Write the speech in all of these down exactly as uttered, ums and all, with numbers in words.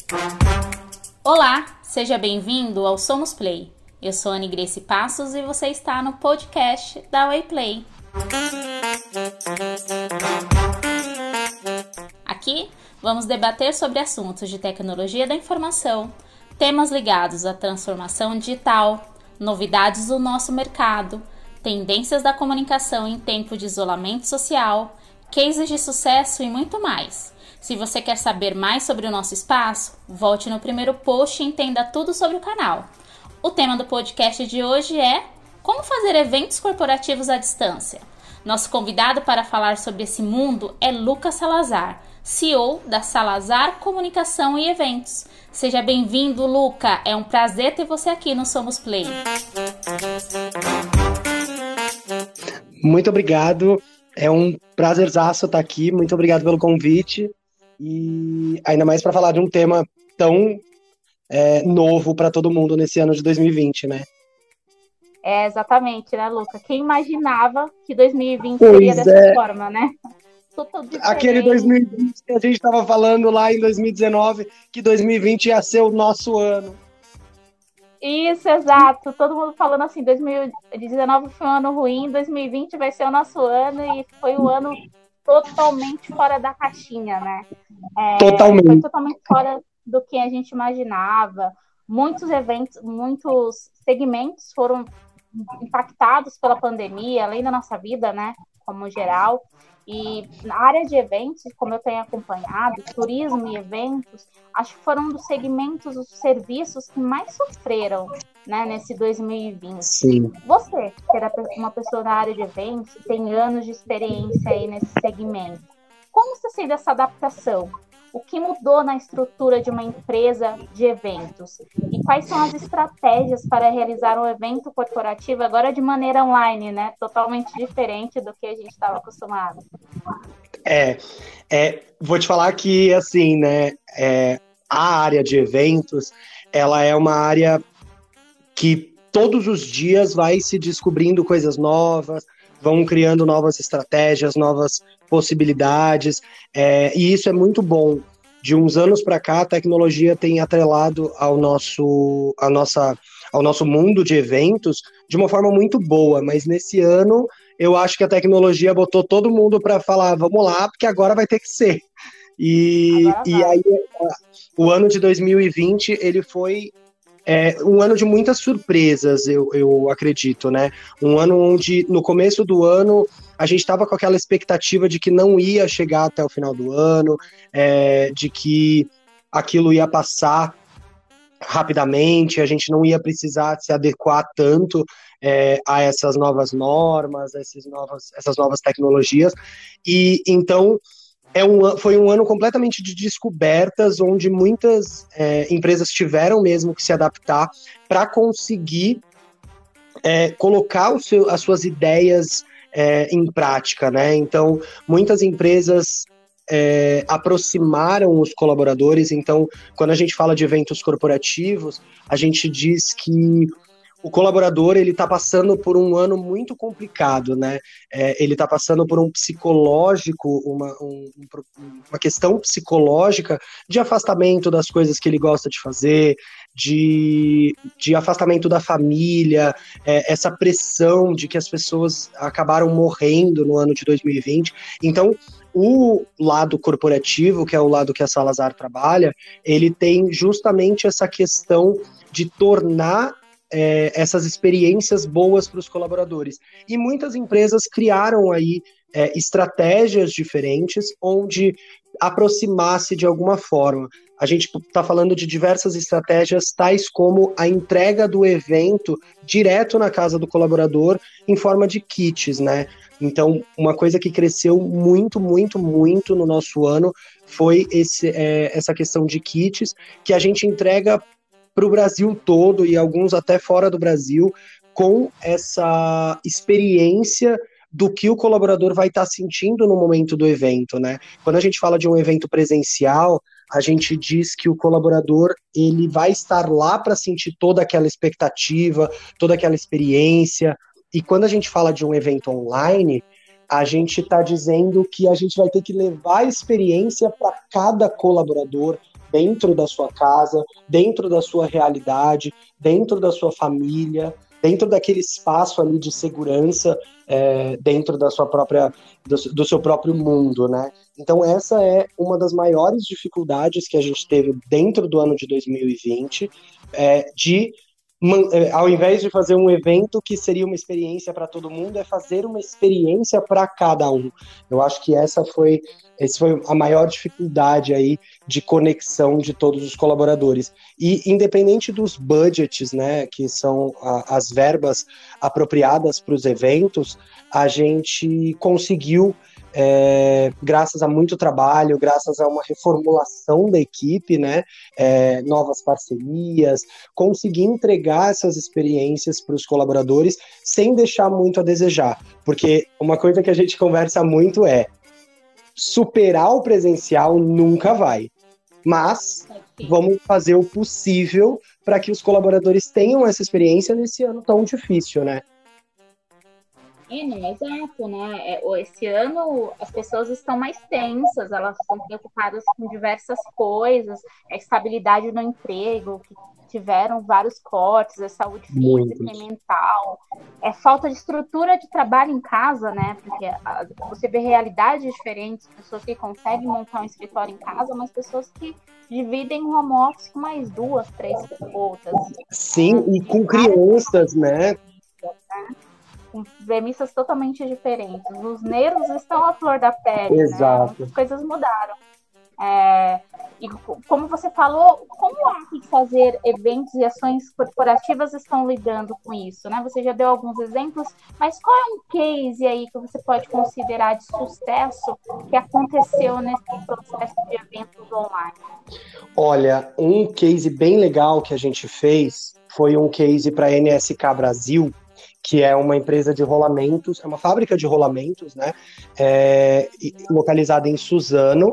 Olá, seja bem-vindo ao Somos Play. Eu sou Anne Grace Passos e você está no podcast da Wayplay. Aqui vamos debater sobre assuntos de tecnologia da informação, temas ligados à transformação digital, novidades do nosso mercado, tendências da comunicação em tempo de isolamento social, cases de sucesso e muito mais. Se você quer saber mais sobre o nosso espaço, volte no primeiro post e entenda tudo sobre o canal. O tema do podcast de hoje é como fazer eventos corporativos à distância. Nosso convidado para falar sobre esse mundo é Lucas Salazar, C E O da Salazar Comunicação e Eventos. Seja bem-vindo, Luca. É um prazer ter você aqui no Somos Play. Muito obrigado. É um prazerzaço estar aqui. Muito obrigado pelo convite. E ainda mais para falar de um tema tão é, novo para todo mundo nesse ano de dois mil e vinte, né? É, exatamente, né, Luca? Quem imaginava que dois mil e vinte pois seria dessa é. forma, né? Aquele dois mil e vinte que a gente estava falando lá em dois mil e dezenove, que dois mil e vinte ia ser o nosso ano. Isso, exato. Todo mundo falando assim, dois mil e dezenove foi um ano ruim, dois mil e vinte vai ser o nosso ano, e foi o ano totalmente fora da caixinha, né? É, totalmente. Foi totalmente fora do que a gente imaginava. Muitos eventos, muitos segmentos foram impactados pela pandemia, além da nossa vida, né? Como geral. E na área de eventos, como eu tenho acompanhado, turismo e eventos, acho que foram um dos segmentos, os serviços que mais sofreram, né, nesse dois mil e vinte. Sim. Você, que era uma pessoa da área de eventos, tem anos de experiência aí nesse segmento, como está sendo essa adaptação? O que mudou na estrutura de uma empresa de eventos? E quais são as estratégias para realizar um evento corporativo agora de maneira online, né? Totalmente diferente do que a gente estava acostumado. É, é, vou te falar que, assim, né, é, a área de eventos, ela é uma área que todos os dias vai se descobrindo coisas novas, vão criando novas estratégias, novas possibilidades, é, e isso é muito bom. De uns anos para cá, a tecnologia tem atrelado ao nosso, a nossa, ao nosso mundo de eventos de uma forma muito boa, mas nesse ano eu acho que a tecnologia botou todo mundo para falar, vamos lá, porque agora vai ter que ser. E, e aí, o ano de dois mil e vinte, ele foi É um ano de muitas surpresas, eu, eu acredito, né? Um ano onde, no começo do ano, a gente estava com aquela expectativa de que não ia chegar até o final do ano, é, de que aquilo ia passar rapidamente, a gente não ia precisar se adequar tanto é, a essas novas normas, a esses novas, essas novas tecnologias. E então... É um, foi um ano completamente de descobertas, onde muitas é, empresas tiveram mesmo que se adaptar para conseguir é, colocar o seu, as suas ideias é, em prática, né? Então, muitas empresas é, aproximaram os colaboradores. Então, quando a gente fala de eventos corporativos, a gente diz que o colaborador, ele está passando por um ano muito complicado, né? É, ele está passando por um psicológico, uma, um, uma questão psicológica de afastamento das coisas que ele gosta de fazer, de, de afastamento da família, é, essa pressão de que as pessoas acabaram morrendo no ano de dois mil e vinte. Então, o lado corporativo, que é o lado que a Salazar trabalha, ele tem justamente essa questão de tornar É, essas experiências boas para os colaboradores. E muitas empresas criaram aí é, estratégias diferentes onde aproximasse de alguma forma. A gente está falando de diversas estratégias, tais como a entrega do evento direto na casa do colaborador em forma de kits, né? Então, uma coisa que cresceu muito, muito, muito no nosso ano foi esse, é, essa questão de kits que a gente entrega para o Brasil todo e alguns até fora do Brasil, com essa experiência do que o colaborador vai estar tá sentindo no momento do evento, né? Quando a gente fala de um evento presencial, a gente diz que o colaborador ele vai estar lá para sentir toda aquela expectativa, toda aquela experiência, e quando a gente fala de um evento online, a gente está dizendo que a gente vai ter que levar a experiência para cada colaborador, dentro da sua casa, dentro da sua realidade, dentro da sua família, dentro daquele espaço ali de segurança, é, dentro da sua própria, do, do seu próprio mundo, né? Então essa é uma das maiores dificuldades que a gente teve dentro do ano de dois mil e vinte, é, de ao invés de fazer um evento que seria uma experiência para todo mundo, é fazer uma experiência para cada um. Eu acho que essa foi, essa foi a maior dificuldade aí de conexão de todos os colaboradores. E independente dos budgets, né, que são a, as verbas apropriadas para os eventos, a gente conseguiu, É, graças a muito trabalho, graças a uma reformulação da equipe, né, é, novas parcerias, conseguir entregar essas experiências para os colaboradores sem deixar muito a desejar, porque uma coisa que a gente conversa muito é superar o presencial nunca vai, mas vamos fazer o possível para que os colaboradores tenham essa experiência nesse ano tão difícil, né? É, não, exato, né? Esse ano as pessoas estão mais tensas, elas estão preocupadas com diversas coisas, a estabilidade no emprego, que tiveram vários cortes, a saúde física e mental, é falta de estrutura de trabalho em casa, né? Porque a, você vê realidades diferentes, pessoas que conseguem montar um escritório em casa, mas pessoas que dividem o home office com mais duas, três outras. Sim, e com crianças, né? Com premissas totalmente diferentes. Os nervos estão à flor da pele, Exato. Né? As coisas mudaram. É, e como você falou, como a fazer eventos e ações corporativas estão lidando com isso, né? Você já deu alguns exemplos, mas qual é um case aí que você pode considerar de sucesso que aconteceu nesse processo de eventos online? Olha, um case bem legal que a gente fez foi um case para a N S K Brasil, que é uma empresa de rolamentos, é uma fábrica de rolamentos, né, é, localizada em Suzano,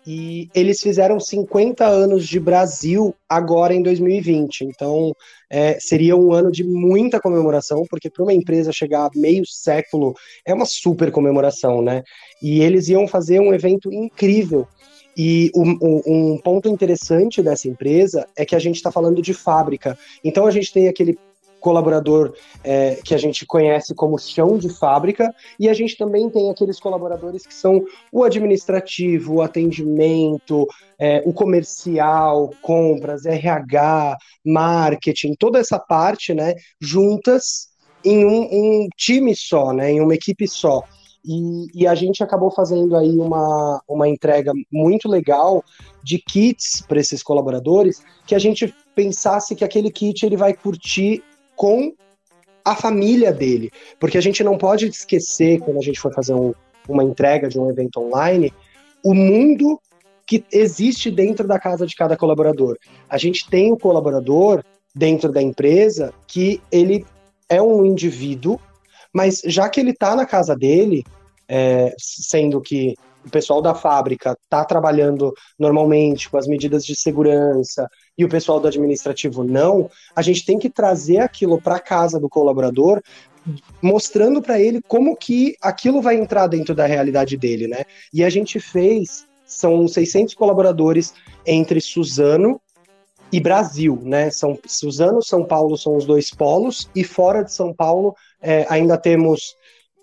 e eles fizeram cinquenta anos de Brasil agora em dois mil e vinte, então é, seria um ano de muita comemoração, porque para uma empresa chegar a meio século é uma super comemoração, né, e eles iam fazer um evento incrível. E um, um ponto interessante dessa empresa é que a gente está falando de fábrica, então a gente tem aquele colaborador é, que a gente conhece como chão de fábrica, e a gente também tem aqueles colaboradores que são o administrativo, o atendimento, é, o comercial, compras, R H, marketing, toda essa parte, né, juntas em um, um time só, né, em uma equipe só. E, e a gente acabou fazendo aí uma, uma entrega muito legal de kits para esses colaboradores, que a gente pensasse que aquele kit ele vai curtir com a família dele, porque a gente não pode esquecer, quando a gente for fazer um, uma entrega de um evento online, o mundo que existe dentro da casa de cada colaborador. A gente tem o colaborador dentro da empresa que ele é um indivíduo, mas já que ele está na casa dele, é, sendo que o pessoal da fábrica está trabalhando normalmente com as medidas de segurança e o pessoal do administrativo não, a gente tem que trazer aquilo para a casa do colaborador, mostrando para ele como que aquilo vai entrar dentro da realidade dele, né? E a gente fez, são seiscentos colaboradores entre Suzano e Brasil, né? São, Suzano, São Paulo são os dois polos, e fora de São Paulo é, ainda temos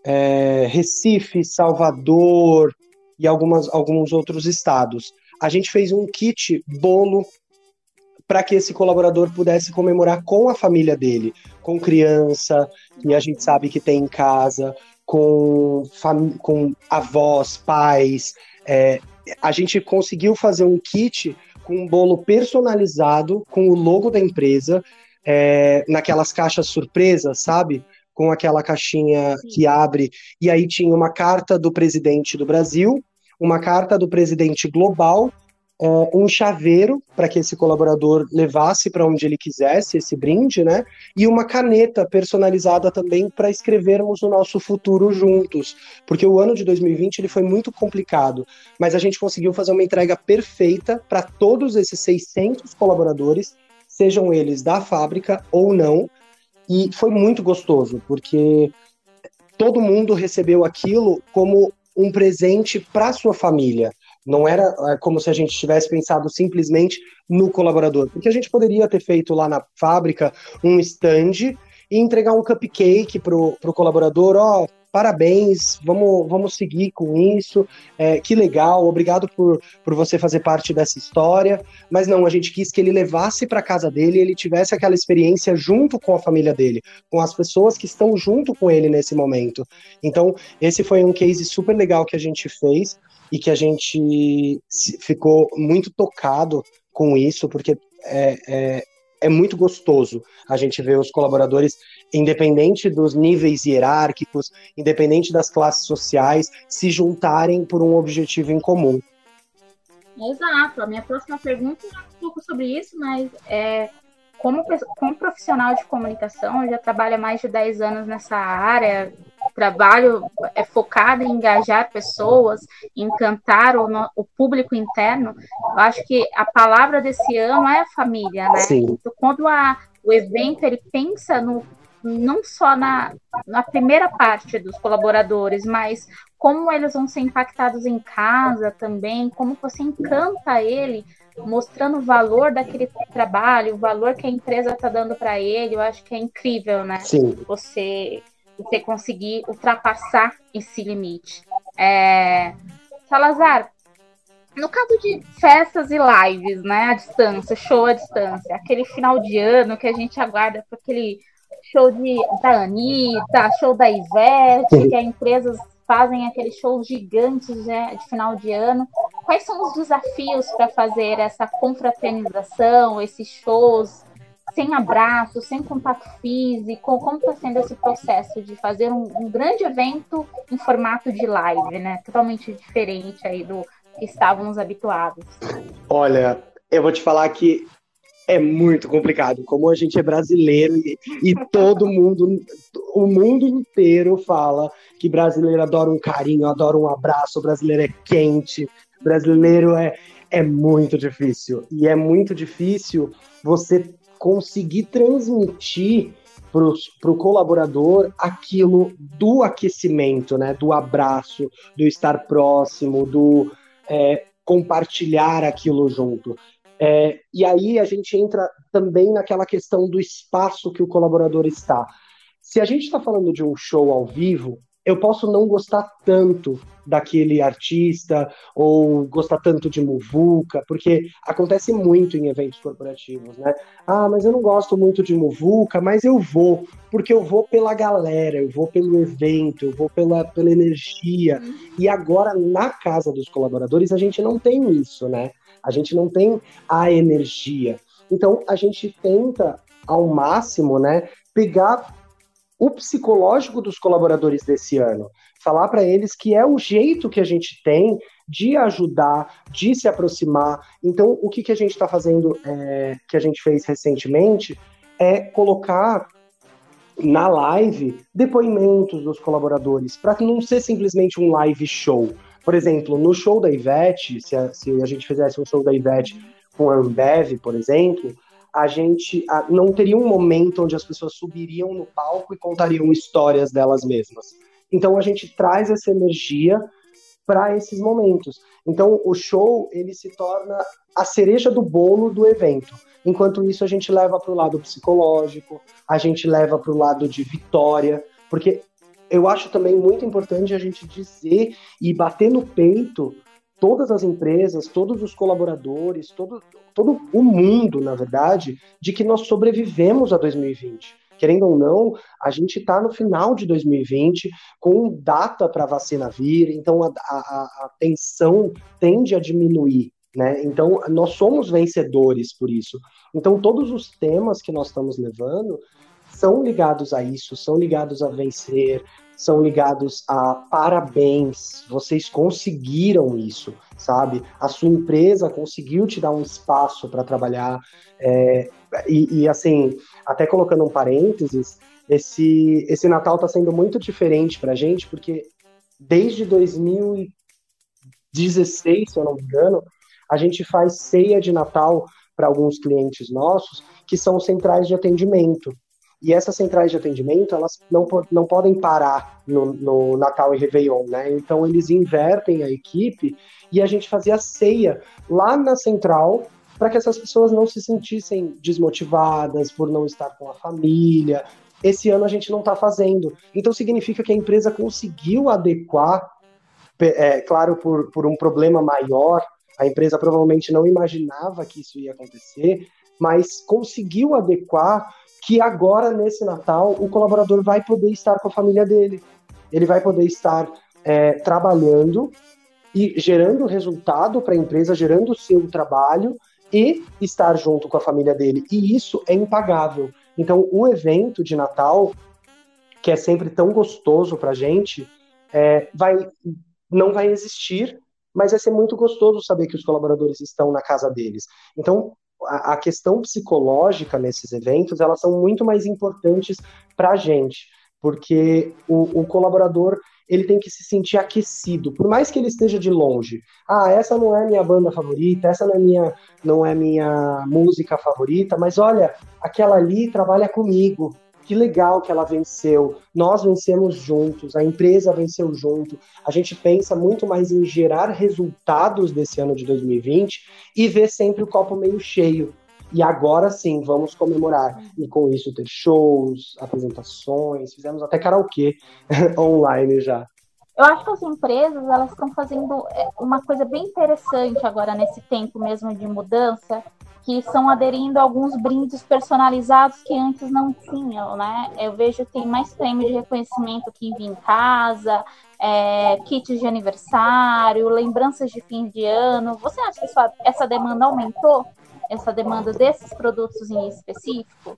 é, Recife, Salvador e algumas, alguns outros estados. A gente fez um kit bolo para que esse colaborador pudesse comemorar com a família dele, com criança, que a gente sabe que tem em casa, com, fam- com avós, pais. É, a gente conseguiu fazer um kit com um bolo personalizado, com o logo da empresa, é, naquelas caixas surpresas, sabe? Com aquela caixinha que abre, e aí tinha uma carta do presidente do Brasil, uma carta do presidente global, é, um chaveiro para que esse colaborador levasse para onde ele quisesse esse brinde, né? E uma caneta personalizada também para escrevermos o nosso futuro juntos, porque o ano de dois mil e vinte ele foi muito complicado, mas a gente conseguiu fazer uma entrega perfeita para todos esses seiscentos colaboradores, sejam eles da fábrica ou não, e foi muito gostoso, porque todo mundo recebeu aquilo como um presente para sua família. Não era é, como se a gente tivesse pensado simplesmente no colaborador, porque a gente poderia ter feito lá na fábrica um stand e entregar um cupcake pro, pro colaborador, ó, parabéns, vamos, vamos seguir com isso, é, que legal, obrigado por, por você fazer parte dessa história, mas não, a gente quis que ele levasse para casa dele e ele tivesse aquela experiência junto com a família dele, com as pessoas que estão junto com ele nesse momento. Então, esse foi um case super legal que a gente fez e que a gente ficou muito tocado com isso, porque é, é, é muito gostoso a gente ver os colaboradores, independente dos níveis hierárquicos, independente das classes sociais, se juntarem por um objetivo em comum. Exato. A minha próxima pergunta é um pouco sobre isso, mas é, como, como profissional de comunicação, eu já trabalho há mais de dez anos nessa área, trabalho é focado em engajar pessoas, encantar o, o público interno. Eu acho que a palavra desse ano é a família, né? Sim. Então, quando a, o evento ele pensa no, não só na, na primeira parte dos colaboradores, mas como eles vão ser impactados em casa também, como você encanta ele, mostrando o valor daquele trabalho, o valor que a empresa está dando para ele. Eu acho que é incrível, né? Sim. Você você conseguir ultrapassar esse limite. É... Salazar, no caso de festas e lives, né, à distância, show à distância, aquele final de ano que a gente aguarda para aquele show de, da Anitta, show da Ivete, que as empresas fazem aqueles shows gigantes, né, de final de ano. Quais são os desafios para fazer essa confraternização, esses shows sem abraço, sem contato físico? Como está sendo esse processo de fazer um, um grande evento em formato de live, né? Totalmente diferente aí do que estávamos habituados. Olha, eu vou te falar que é muito complicado. Como a gente é brasileiro e, e todo mundo, o mundo inteiro fala que brasileiro adora um carinho, adora um abraço, o brasileiro é quente, o brasileiro é, é muito difícil. E é muito difícil você conseguir transmitir para o colaborador aquilo do aquecimento, né, do abraço, do estar próximo, do é, compartilhar aquilo junto. É, e aí a gente entra também naquela questão do espaço que o colaborador está. Se a gente está falando de um show ao vivo, eu posso não gostar tanto daquele artista ou gostar tanto de muvuca, porque acontece muito em eventos corporativos, né? Ah, mas eu não gosto muito de muvuca, mas eu vou, porque eu vou pela galera, eu vou pelo evento, eu vou pela, pela energia. E agora, na casa dos colaboradores, a gente não tem isso, né? A gente não tem a energia. Então, a gente tenta, ao máximo, né, pegar o psicológico dos colaboradores desse ano, falar para eles que é o jeito que a gente tem de ajudar, de se aproximar. Então, o que, que a gente está fazendo, é, que a gente fez recentemente, é colocar na live depoimentos dos colaboradores, para não ser simplesmente um live show. Por exemplo, no show da Ivete, se a, se a gente fizesse um show da Ivete com a Ambev, por exemplo, a gente a, não teria um momento onde as pessoas subiriam no palco e contariam histórias delas mesmas. Então a gente traz essa energia para esses momentos. Então o show, ele se torna a cereja do bolo do evento. Enquanto isso, a gente leva para o lado psicológico, a gente leva para o lado de vitória, porque eu acho também muito importante a gente dizer e bater no peito todas as empresas, todos os colaboradores, todo, todo o mundo, na verdade, de que nós sobrevivemos a dois mil e vinte. Querendo ou não, a gente está no final de dois mil e vinte, com data para a vacina vir, então a, a, a tensão tende a diminuir, né? Então, nós somos vencedores por isso. Então, todos os temas que nós estamos levando são ligados a isso, são ligados a vencer, são ligados a parabéns, vocês conseguiram isso, sabe? A sua empresa conseguiu te dar um espaço para trabalhar, é, e, e assim, até colocando um parênteses, esse, esse Natal está sendo muito diferente para a gente, porque desde dois mil e dezesseis, se eu não me engano, a gente faz ceia de Natal para alguns clientes nossos, que são centrais de atendimento. E essas centrais de atendimento, elas não, não podem parar no, no Natal e Réveillon, né? Então eles invertem a equipe e a gente fazia ceia lá na central para que essas pessoas não se sentissem desmotivadas por não estar com a família. Esse ano a gente não está fazendo. Então significa que a empresa conseguiu adequar, é, claro, por, por um problema maior, a empresa provavelmente não imaginava que isso ia acontecer, mas conseguiu adequar que agora, nesse Natal, o colaborador vai poder estar com a família dele. Ele vai poder estar é, trabalhando e gerando resultado para a empresa, gerando o seu trabalho e estar junto com a família dele. E isso é impagável. Então, o evento de Natal, que é sempre tão gostoso para a gente, é, vai, não vai existir, mas vai ser muito gostoso saber que os colaboradores estão na casa deles. Então, a questão psicológica nesses eventos, elas são muito mais importantes para a gente, porque o, o colaborador, ele tem que se sentir aquecido, por mais que ele esteja de longe. Ah, essa não é minha banda favorita, essa não é minha, não é minha música favorita, mas olha, aquela ali trabalha comigo, que legal que ela venceu, nós vencemos juntos, a empresa venceu junto, a gente pensa muito mais em gerar resultados desse ano de dois mil e vinte e ver sempre o copo meio cheio. E agora sim, vamos comemorar. E com isso ter shows, apresentações, fizemos até karaokê online já. Eu acho que as empresas, elas estão fazendo uma coisa bem interessante agora nesse tempo mesmo de mudança, que estão aderindo a alguns brindes personalizados que antes não tinham, né? Eu vejo que tem mais prêmio de reconhecimento que envia em casa, é, kits de aniversário, lembranças de fim de ano. Você acha que essa, essa demanda aumentou? Essa demanda desses produtos em específico?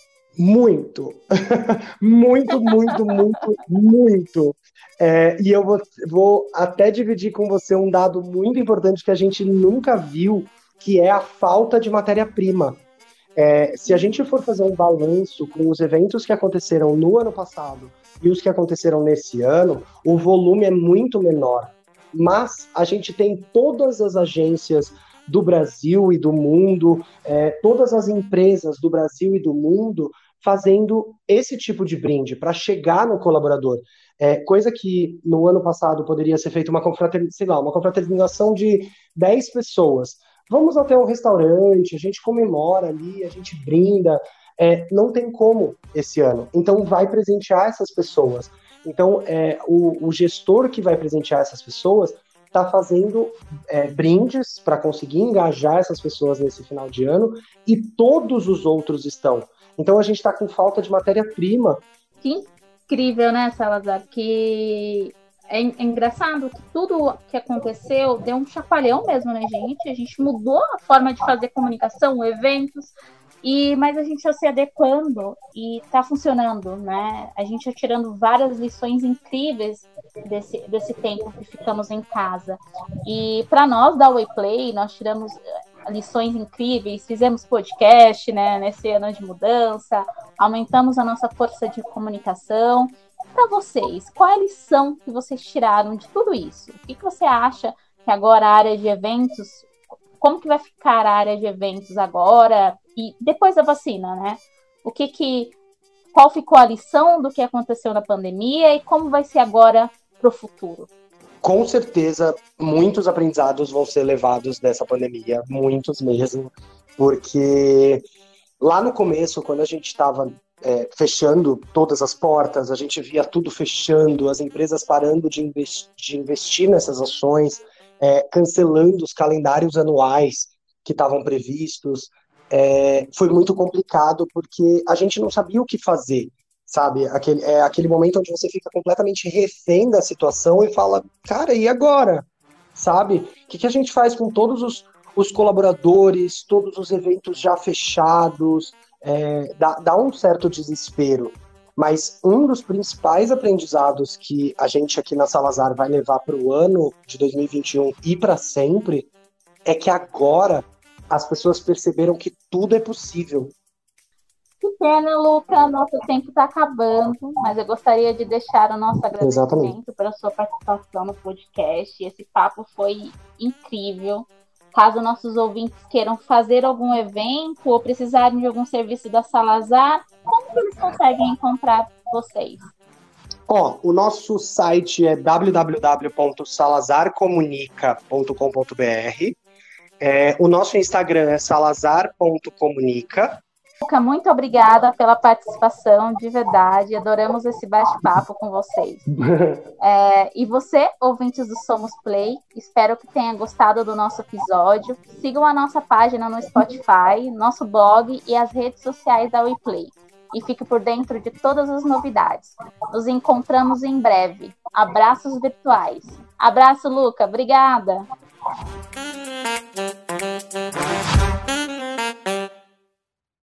Muito, muito, muito, muito, muito. É, e eu vou, vou até dividir com você um dado muito importante que a gente nunca viu, que é a falta de matéria-prima. É, se a gente for fazer um balanço com os eventos que aconteceram no ano passado e os que aconteceram nesse ano, o volume é muito menor. Mas a gente tem todas as agências do Brasil e do mundo, é, todas as empresas do Brasil e do mundo fazendo esse tipo de brinde para chegar no colaborador. É, coisa que no ano passado poderia ser feita uma confraternização, sei lá, uma confraternização de dez pessoas. Vamos até um restaurante, a gente comemora ali, a gente brinda. É, não tem como esse ano. Então, vai presentear essas pessoas. Então, é, o, o gestor que vai presentear essas pessoas está fazendo é, brindes para conseguir engajar essas pessoas nesse final de ano e todos os outros estão. Então, a gente está com falta de matéria-prima. Que incrível, né, Salazar? Que... É engraçado que tudo que aconteceu deu um chacoalhão mesmo na gente. A gente mudou a forma de fazer comunicação, eventos, e, mas a gente está se adequando e está funcionando, né? A gente está tirando várias lições incríveis desse, desse tempo que ficamos em casa. E para nós da Wayplay, nós tiramos lições incríveis, fizemos podcast, né, nesse ano de mudança, aumentamos a nossa força de comunicação. Para vocês, qual é a lição que vocês tiraram de tudo isso? O que, que você acha que agora a área de eventos, como que vai ficar a área de eventos agora e depois da vacina, né? O que que, qual ficou a lição do que aconteceu na pandemia e como vai ser agora para o futuro? Com certeza, muitos aprendizados vão ser levados dessa pandemia, muitos mesmo, porque lá no começo, quando a gente estava É, fechando todas as portas, a gente via tudo fechando, as empresas parando de, investi- de investir nessas ações, é, cancelando os calendários anuais que estavam previstos. É, foi muito complicado porque a gente não sabia o que fazer, sabe? Aquele, é aquele momento onde você fica completamente refém da situação e fala, cara, e agora? Sabe? O que, que a gente faz com todos os, os colaboradores, todos os eventos já fechados? É, dá, dá um certo desespero, mas um dos principais aprendizados que a gente aqui na Salazar vai levar para o ano de dois mil e vinte e um e para sempre é que agora as pessoas perceberam que tudo é possível. Que pena, Luca, nosso tempo está acabando, mas eu gostaria de deixar o nosso agradecimento pela sua participação no podcast. Esse papo foi incrível. caso nossos ouvintes queiram fazer algum evento ou precisarem de algum serviço da Salazar, como que eles conseguem encontrar vocês? Ó, o nosso site é w w w ponto salazar comunica ponto com ponto b r. É, o nosso Instagram é salazar ponto comunica. Luca, muito obrigada pela participação, de verdade. Adoramos esse bate-papo com vocês. É, e você, ouvintes do Somos Play, espero que tenha gostado do nosso episódio. Sigam a nossa página no Spotify, nosso blog e as redes sociais da WePlay. E fique por dentro de todas as novidades. Nos encontramos em breve. Abraços virtuais. Abraço, Luca. Obrigada.